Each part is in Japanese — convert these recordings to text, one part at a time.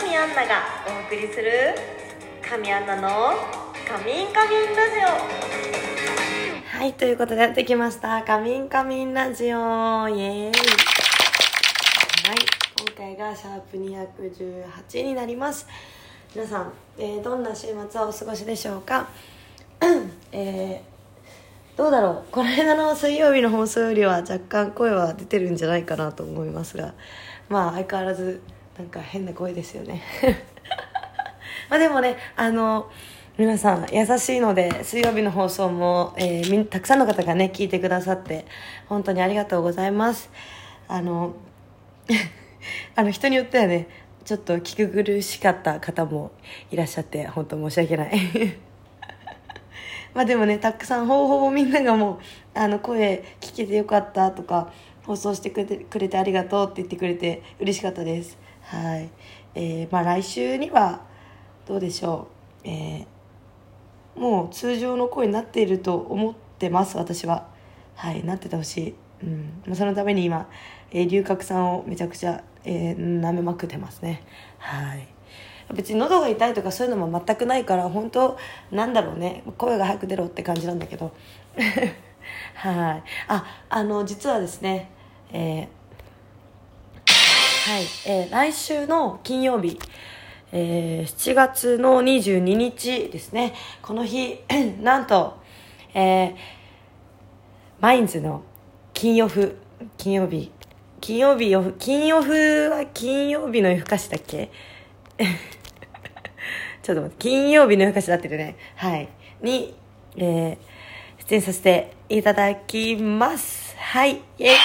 神アンナがお送りする神アンナのカミンカミンラジオ。はい、ということでやってきましたカミンカミンラジオ、イエーイ。はい、今回がシャープ218になります。皆さん、どんな週末はお過ごしでしょうか。どうだろう、この間の水曜日の放送よりは若干声は出てるんじゃないかなと思いますが、まあ相変わらずなんか変な声ですよねまあでもね、皆さん優しいので、水曜日の放送も、たくさんの方がね聞いてくださって本当にありがとうございます。人によってはねちょっと聞く苦しかった方もいらっしゃって本当申し訳ないまあでもね、たくさんほぼみんながもう声聞けてよかったとか、放送してくれてありがとうって言ってくれて嬉しかったです。はい。まあ来週にはどうでしょう、もう通常の声になっていると思ってます、私は。はい、なっててほしい。そのために今、龍角散をめちゃくちゃ、舐めまくってますね。はい。別に喉が痛いとかそういうのも全くないから、本当なんだろうね、声が早く出ろって感じなんだけどはい。実はですね、はい、来週の金曜日、7月の22日ですね、この日なんと、マインズの金曜日は金曜日の夜更かしだっけちょっと待って、金曜日の夜更かしだってるね。はい。に、出演させていただきます。はい。イェイ。はい。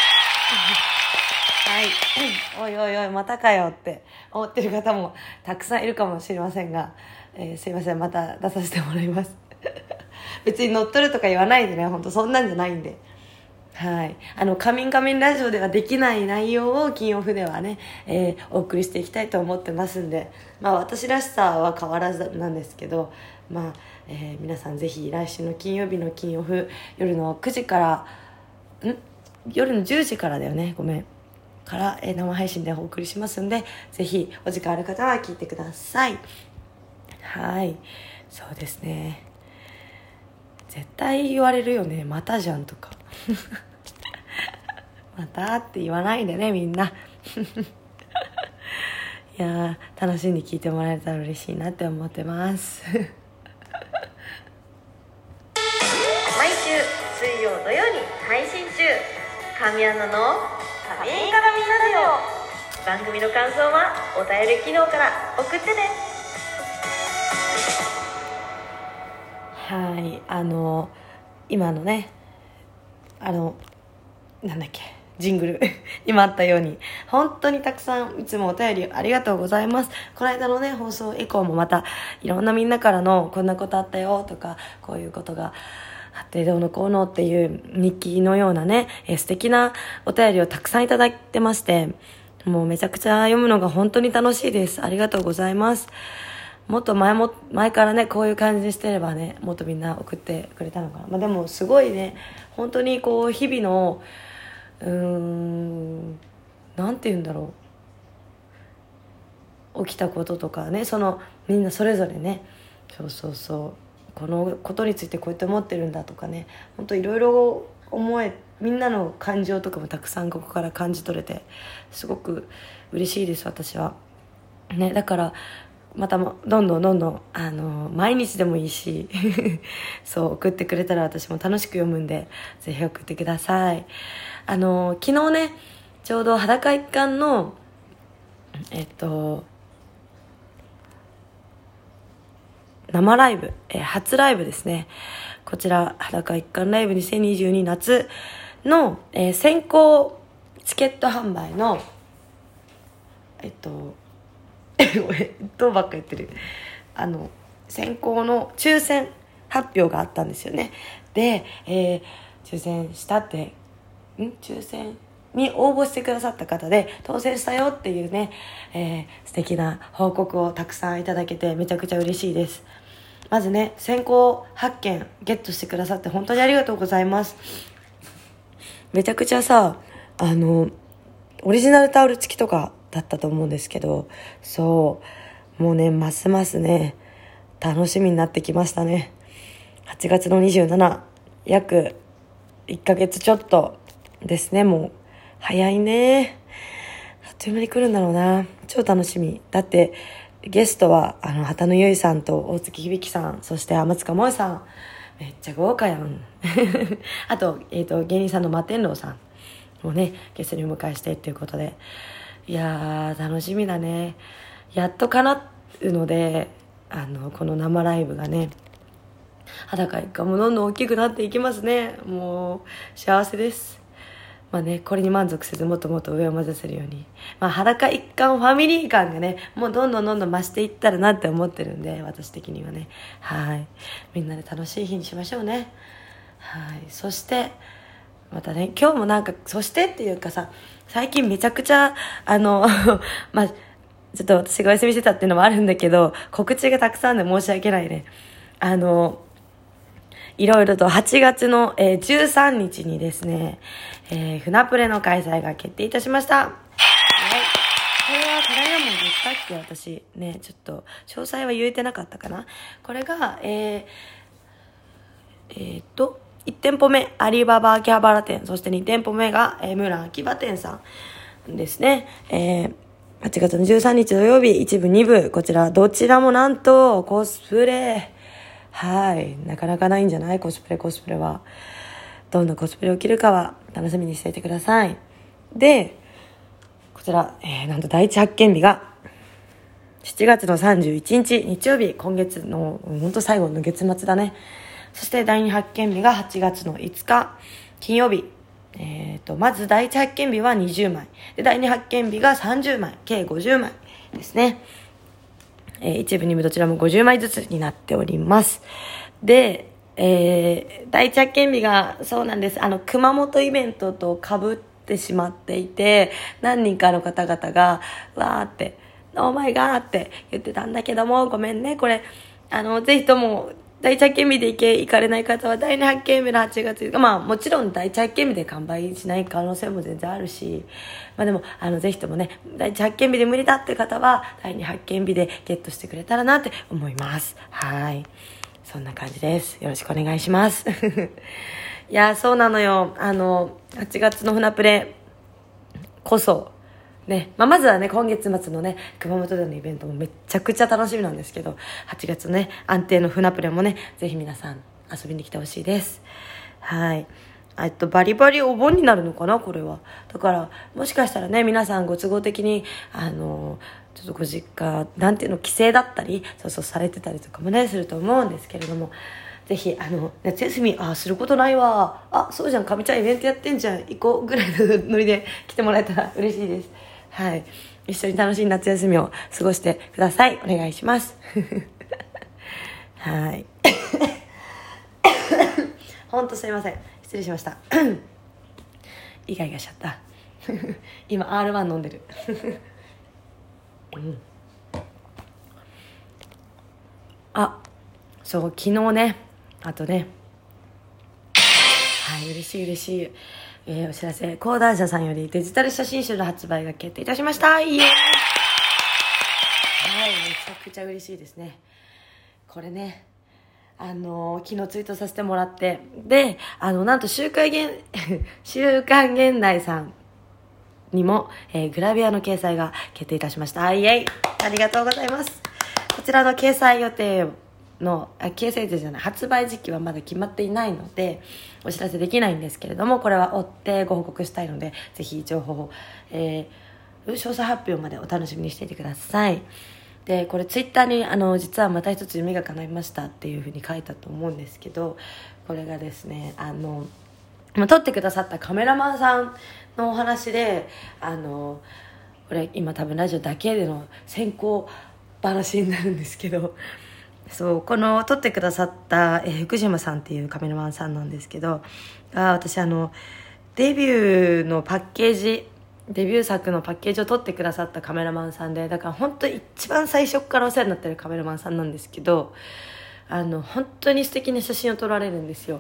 おい、またかよって思ってる方もたくさんいるかもしれませんが、すいません、また出させてもらいます。別に乗っ取るとか言わないでね、本当そんなんじゃないんで。はい。カミンカミンラジオではできない内容を金曜日ではね、お送りしていきたいと思ってますんで、まあ私らしさは変わらずなんですけど、まあ、皆さんぜひ来週の金曜日の金曜日、夜の9時から、夜の10時からだよね、ごめん。から、生配信でお送りしますんで、ぜひお時間ある方は聞いてください。はい。そうですね。絶対言われるよね、またじゃんとか。またって言わないでね、みんな。いやー、楽しんで聞いてもらえたら嬉しいなって思ってます。毎週水曜土曜に配信中、神アナのカミンカミンラジオ。番組の感想はお便り機能から送ってね。はい、今のね、なんだっけ、ジングル今あったように本当にたくさんいつもお便りありがとうございます。この間のね放送以降もまたいろんなみんなからのこんなことあったよとか、こういうことがあってどうのこうのっていう日記のようなね、素敵なお便りをたくさんいただいてまして、もうめちゃくちゃ読むのが本当に楽しいです。ありがとうございます。もっと前からねこういう感じにしてればね、もっとみんな送ってくれたのかな。でもすごいね、本当にこう日々のなんて言うんだろう、起きたこととかね、みんなそれぞれね、そうこのことについてこうやって思ってるんだとかね、本当いろいろみんなの感情とかもたくさんここから感じ取れて、すごく嬉しいです、私はね。だからまたどんどん毎日でもいいしそう送ってくれたら私も楽しく読むんで、ぜひ送ってください。昨日ねちょうど裸一貫の生ライブ、初ライブですね。こちら裸一貫ライブ2022夏の、先行チケット販売のどうばっか言ってる、先行の抽選発表があったんですよね。で、抽選に応募してくださった方で当選したよっていうね、素敵な報告をたくさんいただけてめちゃくちゃ嬉しいです。まずね、先行発券ゲットしてくださって本当にありがとうございます。めちゃくちゃさ、オリジナルタオル付きとかだったと思うんですけど、そうもうね、ますますね、楽しみになってきましたね。8月の27、約1ヶ月ちょっとですね。もう早いね。あっという間に来るんだろうな。超楽しみ。だってゲストは畑野由衣さんと大月響さん、そして天塚萌さん、めっちゃ豪華やんあと、芸人さんの摩天楼さんもね、ゲストにお迎えしてっていうことで、いやー楽しみだね。やっと叶うので、この生ライブがね、裸一貫もどんどん大きくなっていきますね。もう幸せです。まあね、これに満足せずもっともっと上を目指せるように、まあ、裸一貫ファミリー感がね、もうどんどんどんどん増していったらなって思ってるんで、私的にはね、はい、みんなで楽しい日にしましょうね。はい。そしてまたね、今日もなんか、そしてっていうかさ、最近めちゃくちゃまあちょっと私がお休みしてたっていうのもあるんだけど、告知がたくさんで申し訳ないね。いろいろと8月の、13日にですね、船プレの開催が決定いたしました。はい。これはこの間も言ったっけ、私ね、ちょっと詳細は言えてなかったかな。これが1店舗目アリババ秋葉原店、そして2店舗目が、ムラン秋葉店さんですね。8月の13日土曜日、1部2部、こちらどちらもなんとコスプレ、はい、なかなかないんじゃない？コスプレは。どんなコスプレを着るかは楽しみにしていてください。で、こちら、なんと第一発見日が7月の31日日曜日、今月の本当最後の月末だね。そして第二発見日が8月の5日金曜日。まず第一発見日は20枚で、第二発見日が30枚、計50枚ですね。一部二部どちらも50枚ずつになっております。で、第一発見日がそうなんです。熊本イベントと被ってしまっていて、何人かの方々がわーってオーマイガーって言ってたんだけども、ごめんね、これぜひとも第一発見日で行かれない方は第二発見日の8月、まあもちろん第一発見日で完売しない可能性も全然あるし、まあでもぜひともね、第一発見日で無理だって方は第二発見日でゲットしてくれたらなって思います。はい、そんな感じです。よろしくお願いしますいやそうなのよ。8月の船プレこそね、まずはね、今月末のね、熊本でのイベントもめちゃくちゃ楽しみなんですけど、8月ね、安定の船プレもね、ぜひ皆さん遊びに来てほしいです。はい。バリバリお盆になるのかな、これは。だから、もしかしたらね、皆さんご都合的に、ちょっとご実家、なんていうの、帰省だったり、そうされてたりとかもね、すると思うんですけれども、ぜひ夏休みすることないわ、そうじゃん、かみちゃんイベントやってんじゃん、行こうぐらいのノリで来てもらえたら嬉しいです。はい、一緒に楽しい夏休みを過ごしてください。お願いしますはい本当すいません、失礼しましたイガイガしちゃった今 R1 飲んでるそう昨日ね、あとね、はい、嬉しい、お知らせ、講談社さんよりデジタル写真集の発売が決定いたしました。イエーイはい、めちゃくちゃ嬉しいですね。これね、昨日ツイートさせてもらって、で、なんと週刊現代さんにも、グラビアの掲載が決定いたしました。イエーイ、ありがとうございます。こちらの掲載予定の発売時期はまだ決まっていないのでお知らせできないんですけれども、これは追ってご報告したいので、ぜひ情報を、詳細発表までお楽しみにしていてください。で、これツイッターに実はまた一つ夢が叶いましたっていう風に書いたと思うんですけど、これがですね、撮ってくださったカメラマンさんのお話で、これ今多分ラジオだけでの先行話になるんですけど、そうこの撮ってくださった、福島さんっていうカメラマンさんなんですけど、私デビュー作のパッケージを撮ってくださったカメラマンさんで、だから本当に一番最初からお世話になってるカメラマンさんなんですけど、本当に素敵な写真を撮られるんですよ。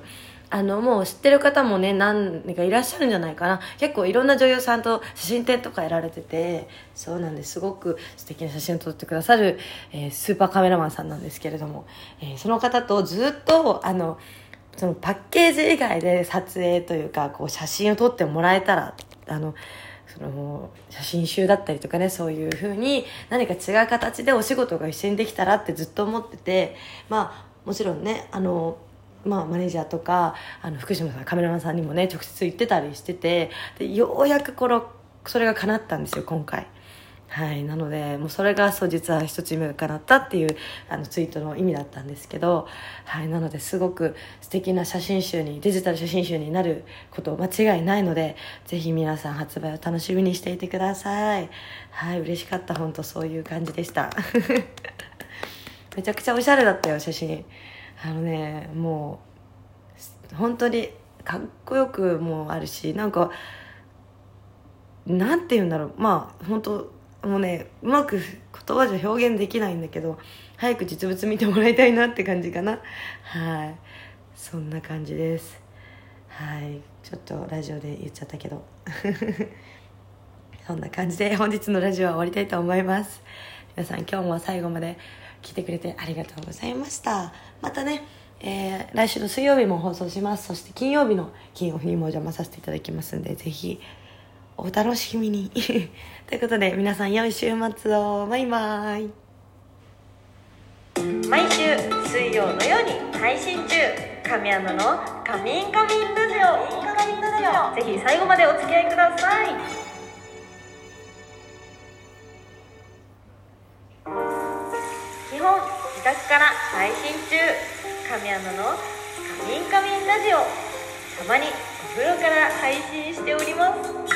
もう知ってる方もね何人かいらっしゃるんじゃないかな。結構いろんな女優さんと写真展とかやられてて、そうなんです、すごく素敵な写真を撮ってくださる、スーパーカメラマンさんなんですけれども、その方とずっとそのパッケージ以外で撮影というかこう写真を撮ってもらえたら、その写真集だったりとかね、そういう風に何か違う形でお仕事が一緒にできたらってずっと思ってて、もちろんねマネージャーとか福島さんカメラマンさんにもね直接言ってたりしてて、でようやくそれが叶ったんですよ今回。はい、なのでもうそれが実は一つ夢が叶ったっていうツイートの意味だったんですけど、はい、なのですごく素敵なデジタル写真集になること間違いないので、ぜひ皆さん発売を楽しみにしていてください。はい、嬉しかった。本当そういう感じでしためちゃくちゃおしゃれだったよ写真。もう本当にかっこよくもあるし、なんて言うんだろう、本当もうねうまく言葉じゃ表現できないんだけど、早く実物見てもらいたいなって感じかな。はい、そんな感じです。はい、ちょっとラジオで言っちゃったけどそんな感じで本日のラジオは終わりたいと思います。皆さん今日も最後まで聞いてくれてありがとうございました。またね、来週の水曜日も放送します。そして金曜日にもお邪魔させていただきますんで、ぜひお楽しみにということで皆さん良い週末を。バイバイ。毎週水曜のように配信中、神アナのカミンカミンラジオ。ぜひ最後までお付き合いください。基本自宅から配信中、神アナのカミンカミンラジオ。たまにお風呂から配信しております。